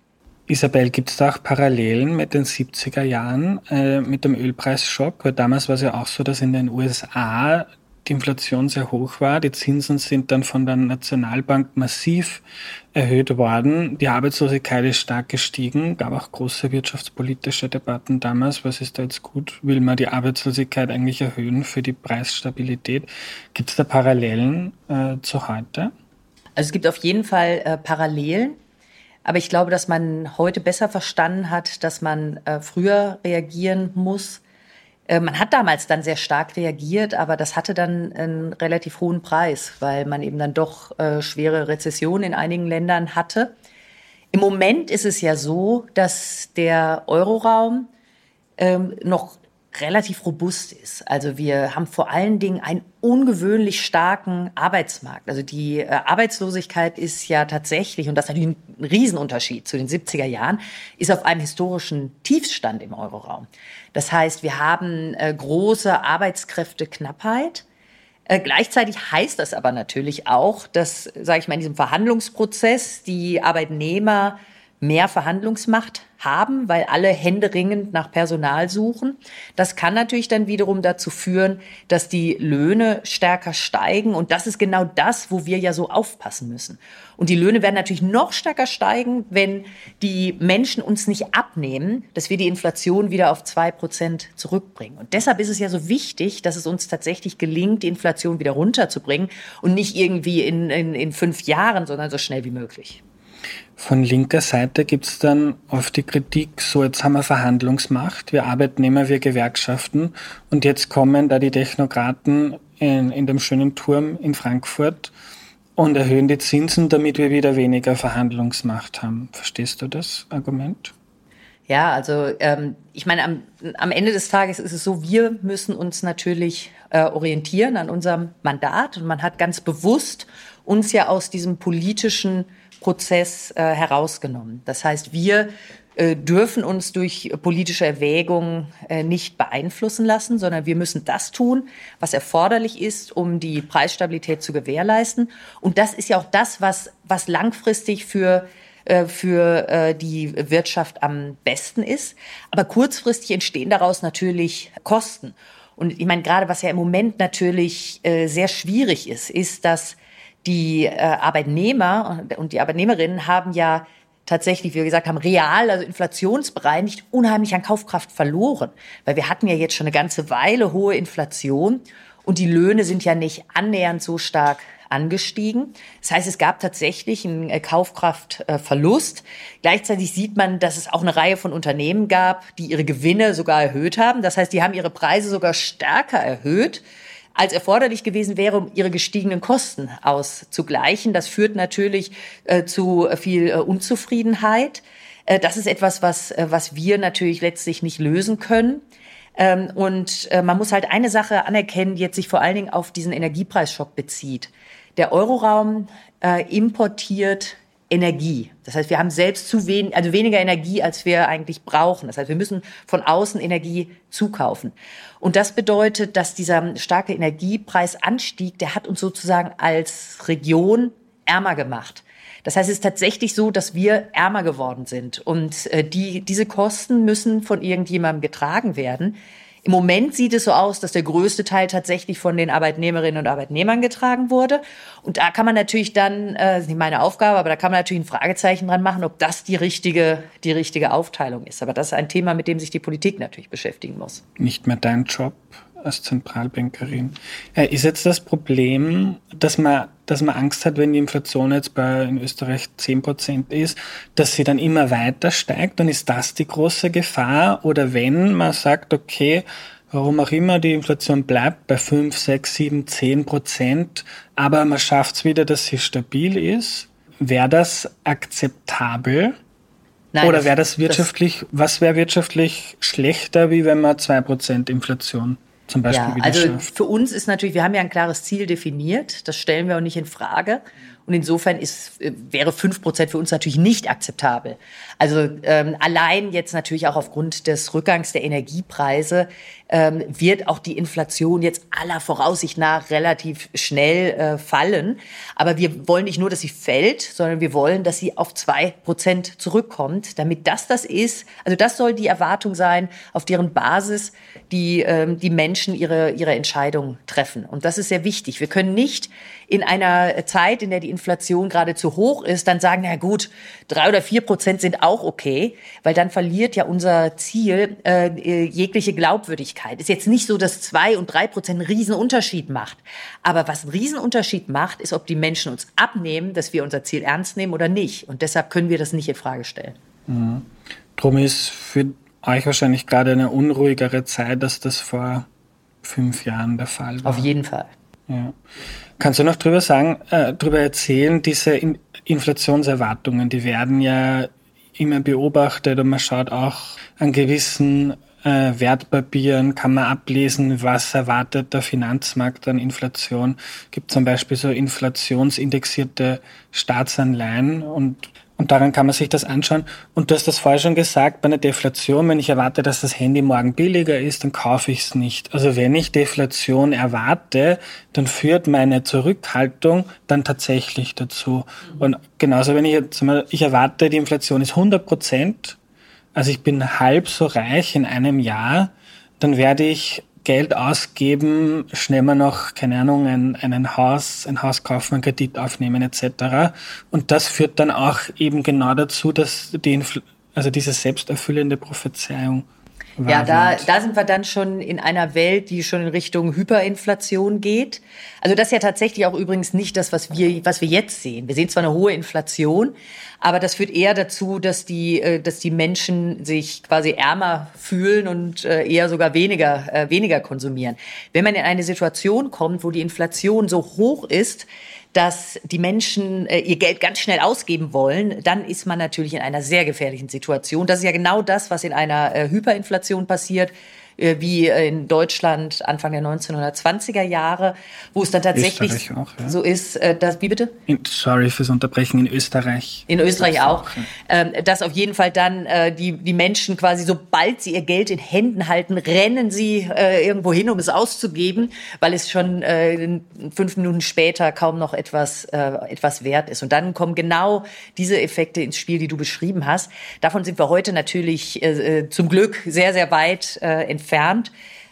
Isabel, gibt es da auch Parallelen mit den siebziger Jahren, äh, mit dem Ölpreisschock? Weil damals war es ja auch so, dass in den U S A die Inflation sehr hoch war. Die Zinsen sind dann von der Nationalbank massiv erhöht worden. Die Arbeitslosigkeit ist stark gestiegen. Gab auch große wirtschaftspolitische Debatten damals. Was ist da jetzt gut? Will man die Arbeitslosigkeit eigentlich erhöhen für die Preisstabilität? Gibt es da Parallelen äh, zu heute? Also es gibt auf jeden Fall äh, Parallelen. Aber ich glaube, dass man heute besser verstanden hat, dass man äh, früher reagieren muss. Man hat damals dann sehr stark reagiert, aber das hatte dann einen relativ hohen Preis, weil man eben dann doch äh, schwere Rezessionen in einigen Ländern hatte. Im Moment ist es ja so, dass der Euroraum ähm, noch relativ robust ist. Also wir haben vor allen Dingen einen ungewöhnlich starken Arbeitsmarkt. Also die äh, Arbeitslosigkeit ist ja tatsächlich, und das ist natürlich ein Riesenunterschied zu den siebziger Jahren, ist auf einem historischen Tiefstand im Euroraum. Das heißt, wir haben äh, große Arbeitskräfteknappheit. Äh, gleichzeitig heißt das aber natürlich auch, dass, sage ich mal, in diesem Verhandlungsprozess die Arbeitnehmer mehr Verhandlungsmacht haben, weil alle händeringend nach Personal suchen. Das kann natürlich dann wiederum dazu führen, dass die Löhne stärker steigen. Und das ist genau das, wo wir ja so aufpassen müssen. Und die Löhne werden natürlich noch stärker steigen, wenn die Menschen uns nicht abnehmen, dass wir die Inflation wieder auf zwei Prozent zurückbringen. Und deshalb ist es ja so wichtig, dass es uns tatsächlich gelingt, die Inflation wieder runterzubringen und nicht irgendwie in, in, in fünf Jahren, sondern so schnell wie möglich. Von linker Seite gibt es dann oft die Kritik, so jetzt haben wir Verhandlungsmacht, wir Arbeitnehmer, wir Gewerkschaften und jetzt kommen da die Technokraten in, in dem schönen Turm in Frankfurt und erhöhen die Zinsen, damit wir wieder weniger Verhandlungsmacht haben. Verstehst du das Argument? Ja, also ähm, ich meine, am, am Ende des Tages ist es so, wir müssen uns natürlich äh, orientieren an unserem Mandat und man hat ganz bewusst uns ja aus diesem politischen Prozess äh, herausgenommen. Das heißt, wir äh, dürfen uns durch politische Erwägungen äh, nicht beeinflussen lassen, sondern wir müssen das tun, was erforderlich ist, um die Preisstabilität zu gewährleisten. Und das ist ja auch das, was, was langfristig für äh, für äh, die Wirtschaft am besten ist. Aber kurzfristig entstehen daraus natürlich Kosten. Und ich meine, gerade was ja im Moment natürlich äh, sehr schwierig ist, ist, dass Die äh, Arbeitnehmer und die Arbeitnehmerinnen haben ja tatsächlich, wie wir gesagt haben, real, also inflationsbereinigt, unheimlich an Kaufkraft verloren. Weil wir hatten ja jetzt schon eine ganze Weile hohe Inflation und die Löhne sind ja nicht annähernd so stark angestiegen. Das heißt, es gab tatsächlich einen Kaufkraftverlust. Gleichzeitig sieht man, dass es auch eine Reihe von Unternehmen gab, die ihre Gewinne sogar erhöht haben. Das heißt, die haben ihre Preise sogar stärker erhöht, als erforderlich gewesen wäre, um ihre gestiegenen Kosten auszugleichen. Das führt natürlich äh, zu viel äh, Unzufriedenheit. Äh, das ist etwas, was, äh, was wir natürlich letztlich nicht lösen können. Ähm, und äh, man muss halt eine Sache anerkennen, die jetzt sich vor allen Dingen auf diesen Energiepreisschock bezieht. Der Euroraum äh, importiert Energie. Das heißt, wir haben selbst zu wenig, also weniger Energie, als wir eigentlich brauchen. Das heißt, wir müssen von außen Energie zukaufen. Und das bedeutet, dass dieser starke Energiepreisanstieg, der hat uns sozusagen als Region ärmer gemacht. Das heißt, es ist tatsächlich so, dass wir ärmer geworden sind. Und äh, die, diese Kosten müssen von irgendjemandem getragen werden. Im Moment sieht es so aus, dass der größte Teil tatsächlich von den Arbeitnehmerinnen und Arbeitnehmern getragen wurde. Und da kann man natürlich dann, äh, das ist nicht meine Aufgabe, aber da kann man natürlich ein Fragezeichen dran machen, ob das die richtige, die richtige Aufteilung ist. Aber das ist ein Thema, mit dem sich die Politik natürlich beschäftigen muss. Nicht mehr dein Job als Zentralbankerin. Äh, ist jetzt das Problem, dass man, dass man Angst hat, wenn die Inflation jetzt bei in Österreich zehn Prozent ist, dass sie dann immer weiter steigt? Dann ist das die große Gefahr? Oder wenn man sagt, okay, warum auch immer, die Inflation bleibt bei fünf, sechs, sieben, zehn Prozent, aber man schafft es wieder, dass sie stabil ist, wäre das akzeptabel? Nein, Oder wäre das wirtschaftlich, das, was wäre wirtschaftlich schlechter, wie wenn man zwei Prozent Inflation zum Beispiel ja, wieder also schafft? Für uns ist natürlich, wir haben ja ein klares Ziel definiert, das stellen wir auch nicht in Frage. Und insofern ist, wäre fünf Prozent für uns natürlich nicht akzeptabel. Also ähm, allein jetzt natürlich auch aufgrund des Rückgangs der Energiepreise ähm, wird auch die Inflation jetzt aller Voraussicht nach relativ schnell äh, fallen. Aber wir wollen nicht nur, dass sie fällt, sondern wir wollen, dass sie auf zwei Prozent zurückkommt, damit das das ist. Also das soll die Erwartung sein, auf deren Basis die, ähm, die Menschen ihre, ihre Entscheidungen treffen. Und das ist sehr wichtig. Wir können nicht in einer Zeit, in der die Inflation gerade zu hoch ist, dann sagen, na gut, drei oder vier Prozent sind auch okay, weil dann verliert ja unser Ziel äh, jegliche Glaubwürdigkeit. Ist jetzt nicht so, dass zwei und drei Prozent einen Riesenunterschied macht. Aber was einen Riesenunterschied macht, ist, ob die Menschen uns abnehmen, dass wir unser Ziel ernst nehmen oder nicht. Und deshalb können wir das nicht in Frage stellen. Mhm. Drum ist für euch wahrscheinlich gerade eine unruhigere Zeit, als das vor fünf Jahren der Fall war. Auf jeden Fall. Ja. Kannst du noch drüber sagen, äh, drüber erzählen, diese In- Inflationserwartungen, die werden ja immer beobachtet und man schaut auch an gewissen äh, Wertpapieren, kann man ablesen, was erwartet der Finanzmarkt an Inflation. Gibt zum Beispiel so inflationsindexierte Staatsanleihen und Und daran kann man sich das anschauen. Und du hast das vorher schon gesagt, bei einer Deflation, wenn ich erwarte, dass das Handy morgen billiger ist, dann kaufe ich es nicht. Also wenn ich Deflation erwarte, dann führt meine Zurückhaltung dann tatsächlich dazu. Und genauso, wenn ich jetzt mal, ich erwarte, die Inflation ist hundert Prozent, also ich bin halb so reich in einem Jahr, dann werde ich Geld ausgeben, schnell mal noch, keine Ahnung, ein, ein Haus, ein Haus kaufen, einen Kredit aufnehmen et cetera. Und das führt dann auch eben genau dazu, dass die, Infl- also diese selbsterfüllende Prophezeiung wahr Ja, da, wird. da sind wir dann schon in einer Welt, die schon in Richtung Hyperinflation geht. Also das ist ja tatsächlich auch übrigens nicht das, was wir, was wir jetzt sehen. Wir sehen zwar eine hohe Inflation, aber das führt eher dazu, dass die, dass die Menschen sich quasi ärmer fühlen und eher sogar weniger, weniger konsumieren. Wenn man in eine Situation kommt, wo die Inflation so hoch ist, dass die Menschen ihr Geld ganz schnell ausgeben wollen, dann ist man natürlich in einer sehr gefährlichen Situation. Das ist ja genau das, was in einer Hyperinflation passiert, wie in Deutschland Anfang der neunzehnhundertzwanziger Jahre, wo es dann tatsächlich auch, ja. so ist, dass, wie bitte? In, sorry fürs Unterbrechen, in Österreich. In Österreich auch, auch ja. Dass auf jeden Fall dann die, die Menschen quasi, sobald sie ihr Geld in Händen halten, rennen sie irgendwo hin, um es auszugeben, weil es schon fünf Minuten später kaum noch etwas, etwas wert ist. Und dann kommen genau diese Effekte ins Spiel, die du beschrieben hast. Davon sind wir heute natürlich zum Glück sehr, sehr weit entfernt. Entfernt.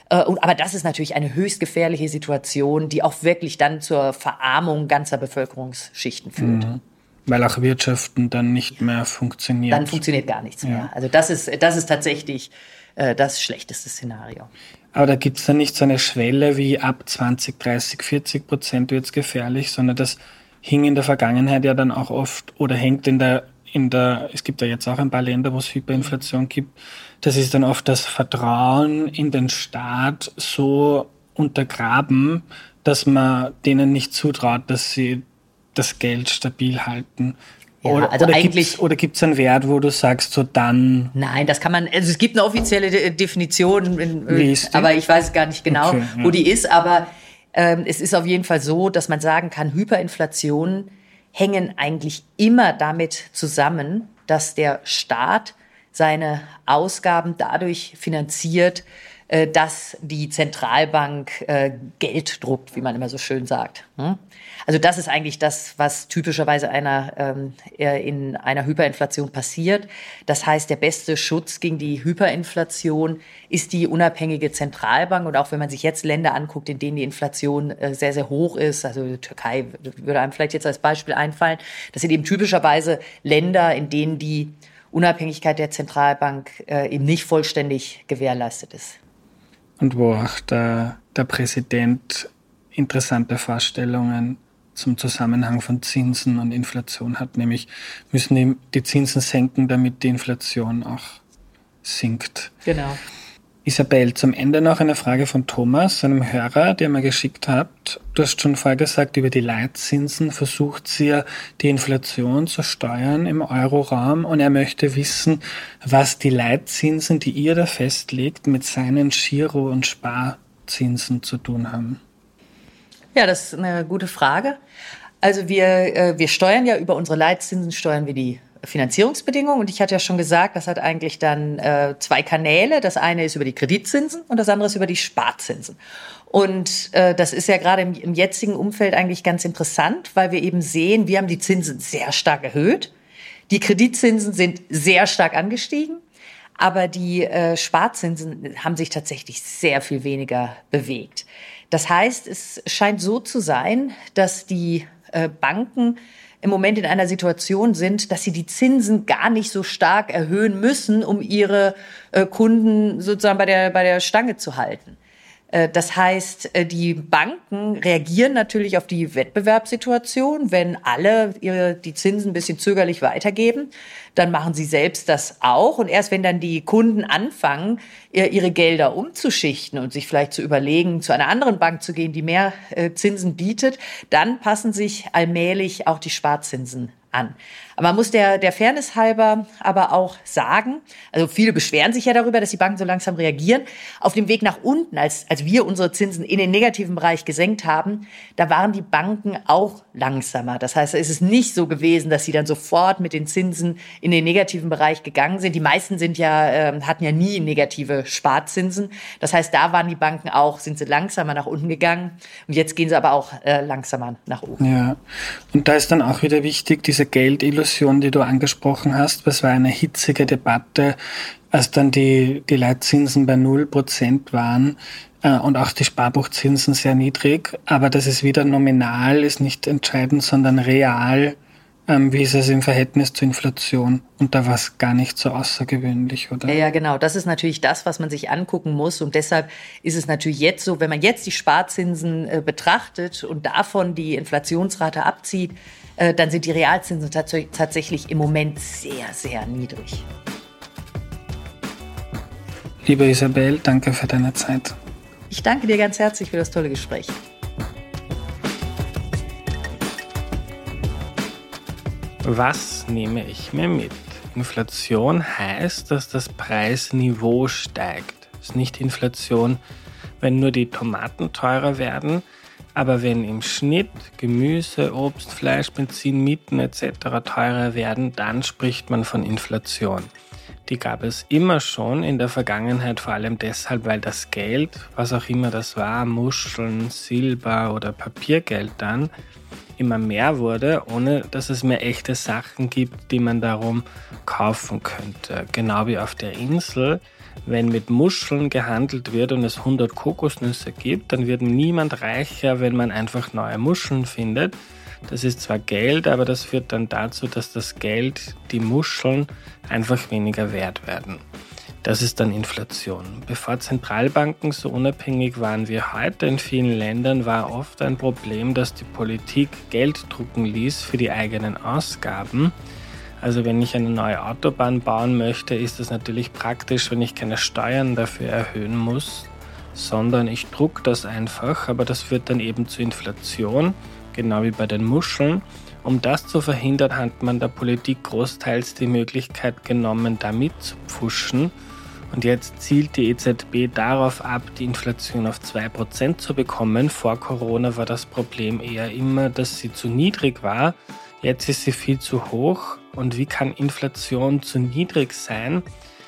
Aber das ist natürlich eine höchst gefährliche Situation, die auch wirklich dann zur Verarmung ganzer Bevölkerungsschichten führt. Mhm. Weil auch Wirtschaften dann nicht mehr funktioniert. Dann funktioniert gar nichts ja. mehr. Also das ist, das ist tatsächlich äh, das schlechteste Szenario. Aber da gibt es dann nicht so eine Schwelle wie ab zwanzig, dreißig, vierzig Prozent wird es gefährlich, sondern das hing in der Vergangenheit ja dann auch oft oder hängt in der, in der, es gibt ja jetzt auch ein paar Länder, wo es Hyperinflation gibt. Das ist dann oft das Vertrauen in den Staat so untergraben, dass man denen nicht zutraut, dass sie das Geld stabil halten. Ja, oder also oder eigentlich gibt's, oder gibt es einen Wert, wo du sagst, so dann... Nein, das kann man, also es gibt eine offizielle De- Definition, in, Wie ist die? aber ich weiß gar nicht genau, okay, ja. wo die ist, aber ähm, es ist auf jeden Fall so, dass man sagen kann, Hyperinflationen hängen eigentlich immer damit zusammen, dass der Staat seine Ausgaben dadurch finanziert, äh, dass die Zentralbank äh, Geld druckt, wie man immer so schön sagt. Hm? Also das ist eigentlich das, was typischerweise einer, ähm, in einer Hyperinflation passiert. Das heißt, der beste Schutz gegen die Hyperinflation ist die unabhängige Zentralbank. Und auch wenn man sich jetzt Länder anguckt, in denen die Inflation äh, sehr, sehr hoch ist, also die Türkei würde einem vielleicht jetzt als Beispiel einfallen, das sind eben typischerweise Länder, in denen die Unabhängigkeit der Zentralbank äh, eben nicht vollständig gewährleistet ist. Und wo auch der, der Präsident interessante Vorstellungen zum Zusammenhang von Zinsen und Inflation hat, nämlich müssen die, die Zinsen senken, damit die Inflation auch sinkt. Genau. Isabel, zum Ende noch eine Frage von Thomas, einem Hörer, der mir geschickt hat. Du hast schon vorher gesagt, über die Leitzinsen versucht sie ja, die Inflation zu steuern im Euroraum und er möchte wissen, was die Leitzinsen, die ihr da festlegt, mit seinen Giro- und Sparzinsen zu tun haben. Ja, das ist eine gute Frage. Also wir, äh, wir steuern ja über unsere Leitzinsen, steuern wir die Finanzierungsbedingungen. Und ich hatte ja schon gesagt, das hat eigentlich dann äh, zwei Kanäle. Das eine ist über die Kreditzinsen und das andere ist über die Sparzinsen. Und äh, das ist ja gerade im, im jetzigen Umfeld eigentlich ganz interessant, weil wir eben sehen, wir haben die Zinsen sehr stark erhöht. Die Kreditzinsen sind sehr stark angestiegen. Aber die äh, Sparzinsen haben sich tatsächlich sehr viel weniger bewegt. Das heißt, es scheint so zu sein, dass die äh, Banken im Moment in einer Situation sind, dass sie die Zinsen gar nicht so stark erhöhen müssen, um ihre äh, Kunden sozusagen bei der, bei der Stange zu halten. Äh, das heißt, äh, die Banken reagieren natürlich auf die Wettbewerbssituation. Wenn alle ihre, die Zinsen ein bisschen zögerlich weitergeben, dann machen sie selbst das auch. Und erst wenn dann die Kunden anfangen, ihre Gelder umzuschichten und sich vielleicht zu überlegen, zu einer anderen Bank zu gehen, die mehr äh, Zinsen bietet, dann passen sich allmählich auch die Sparzinsen an. Aber man muss der, der Fairness halber aber auch sagen, also viele beschweren sich ja darüber, dass die Banken so langsam reagieren. Auf dem Weg nach unten, als, als wir unsere Zinsen in den negativen Bereich gesenkt haben, da waren die Banken auch langsamer. Das heißt, es ist nicht so gewesen, dass sie dann sofort mit den Zinsen in den negativen Bereich gegangen sind. Die meisten sind ja, äh, hatten ja nie negative Sparzinsen. Das heißt, da waren die Banken auch, sind sie langsamer nach unten gegangen. Und jetzt gehen sie aber auch äh, langsamer nach oben. Ja, und da ist dann auch wieder wichtig, diese Geldillusion, die du angesprochen hast. Es war eine hitzige Debatte, als dann die, die Leitzinsen bei null Prozent waren äh, und auch die Sparbuchzinsen sehr niedrig. Aber das ist wieder nominal, ist nicht entscheidend, sondern real. Ähm, wie ist es im Verhältnis zur Inflation? Und da war es gar nicht so außergewöhnlich, oder? Ja, ja, genau. Das ist natürlich das, was man sich angucken muss. Und deshalb ist es natürlich jetzt so, wenn man jetzt die Sparzinsen äh, betrachtet und davon die Inflationsrate abzieht, äh, dann sind die Realzinsen tats- tatsächlich im Moment sehr, sehr niedrig. Liebe Isabel, danke für deine Zeit. Ich danke dir ganz herzlich für das tolle Gespräch. Was nehme ich mir mit? Inflation heißt, dass das Preisniveau steigt. Es ist nicht Inflation, wenn nur die Tomaten teurer werden, aber wenn im Schnitt Gemüse, Obst, Fleisch, Benzin, Mieten et cetera teurer werden, dann spricht man von Inflation. Die gab es immer schon in der Vergangenheit, vor allem deshalb, weil das Geld, was auch immer das war, Muscheln, Silber oder Papiergeld dann, immer mehr wurde, ohne dass es mehr echte Sachen gibt, die man darum kaufen könnte. Genau wie auf der Insel. Wenn mit Muscheln gehandelt wird und es hundert Kokosnüsse gibt, dann wird niemand reicher, wenn man einfach neue Muscheln findet. Das ist zwar Geld, aber das führt dann dazu, dass das Geld, die Muscheln, einfach weniger wert werden. Das ist dann Inflation. Bevor Zentralbanken so unabhängig waren wie heute in vielen Ländern, war oft ein Problem, dass die Politik Geld drucken ließ für die eigenen Ausgaben. Also wenn ich eine neue Autobahn bauen möchte, ist das natürlich praktisch, wenn ich keine Steuern dafür erhöhen muss, sondern ich drucke das einfach, aber das führt dann eben zu Inflation, genau wie bei den Muscheln. Um das zu verhindern, hat man der Politik großteils die Möglichkeit genommen, da mitzupfuschen. Und jetzt zielt die E Z B darauf ab, die Inflation auf zwei Prozent zu bekommen. Vor Corona war das Problem eher immer, dass sie zu niedrig war. Jetzt ist sie viel zu hoch. Und wie kann Inflation zu niedrig sein?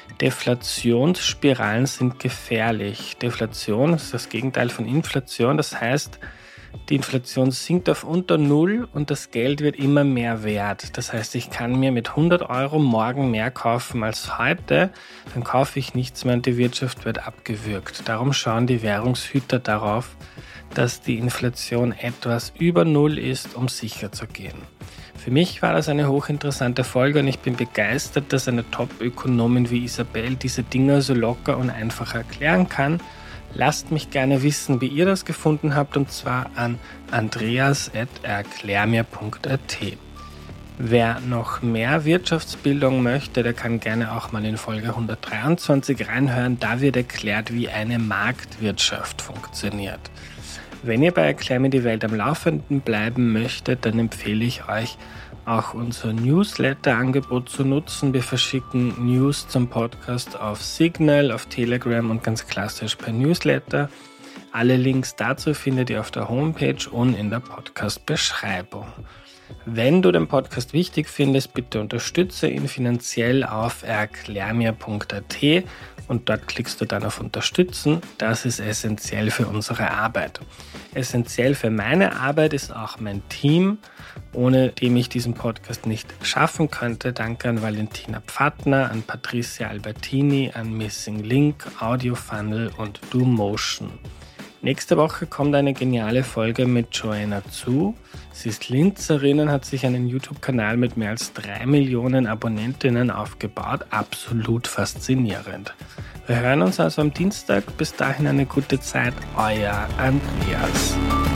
Deflationsspiralen sind gefährlich. Deflation ist das Gegenteil von Inflation. Das heißt, die Inflation sinkt auf unter Null und das Geld wird immer mehr wert. Das heißt, ich kann mir mit hundert Euro morgen mehr kaufen als heute. Dann kaufe ich nichts mehr und die Wirtschaft wird abgewürgt. Darum schauen die Währungshüter darauf, dass die Inflation etwas über Null ist, um sicher zu gehen. Für mich war das eine hochinteressante Folge und ich bin begeistert, dass eine Top-Ökonomin wie Isabel diese Dinge so locker und einfach erklären kann. Lasst mich gerne wissen, wie ihr das gefunden habt, und zwar an andreas at erklärmir punkt a t. Wer noch mehr Wirtschaftsbildung möchte, der kann gerne auch mal in Folge hundertdreiundzwanzig reinhören. Da wird erklärt, wie eine Marktwirtschaft funktioniert. Wenn ihr bei Erklär mir die Welt am Laufenden bleiben möchtet, dann empfehle ich euch, auch unser Newsletter-Angebot zu nutzen. Wir verschicken News zum Podcast auf Signal, auf Telegram und ganz klassisch per Newsletter. Alle Links dazu findet ihr auf der Homepage und in der Podcast-Beschreibung. Wenn du den Podcast wichtig findest, bitte unterstütze ihn finanziell auf erklärmir punkt a t und dort klickst du dann auf Unterstützen. Das ist essentiell für unsere Arbeit. Essentiell für meine Arbeit ist auch mein Team, ohne dem ich diesen Podcast nicht schaffen könnte. Danke an Valentina Pfattner, an Patricia Albertini, an Missing Link, Audiofunnel und DoMotion. Nächste Woche kommt eine geniale Folge mit Joanna Zu. Sie ist Linzerin und hat sich einen YouTube-Kanal mit mehr als drei Millionen Abonnentinnen aufgebaut. Absolut faszinierend. Wir hören uns also am Dienstag. Bis dahin eine gute Zeit. Euer Andreas.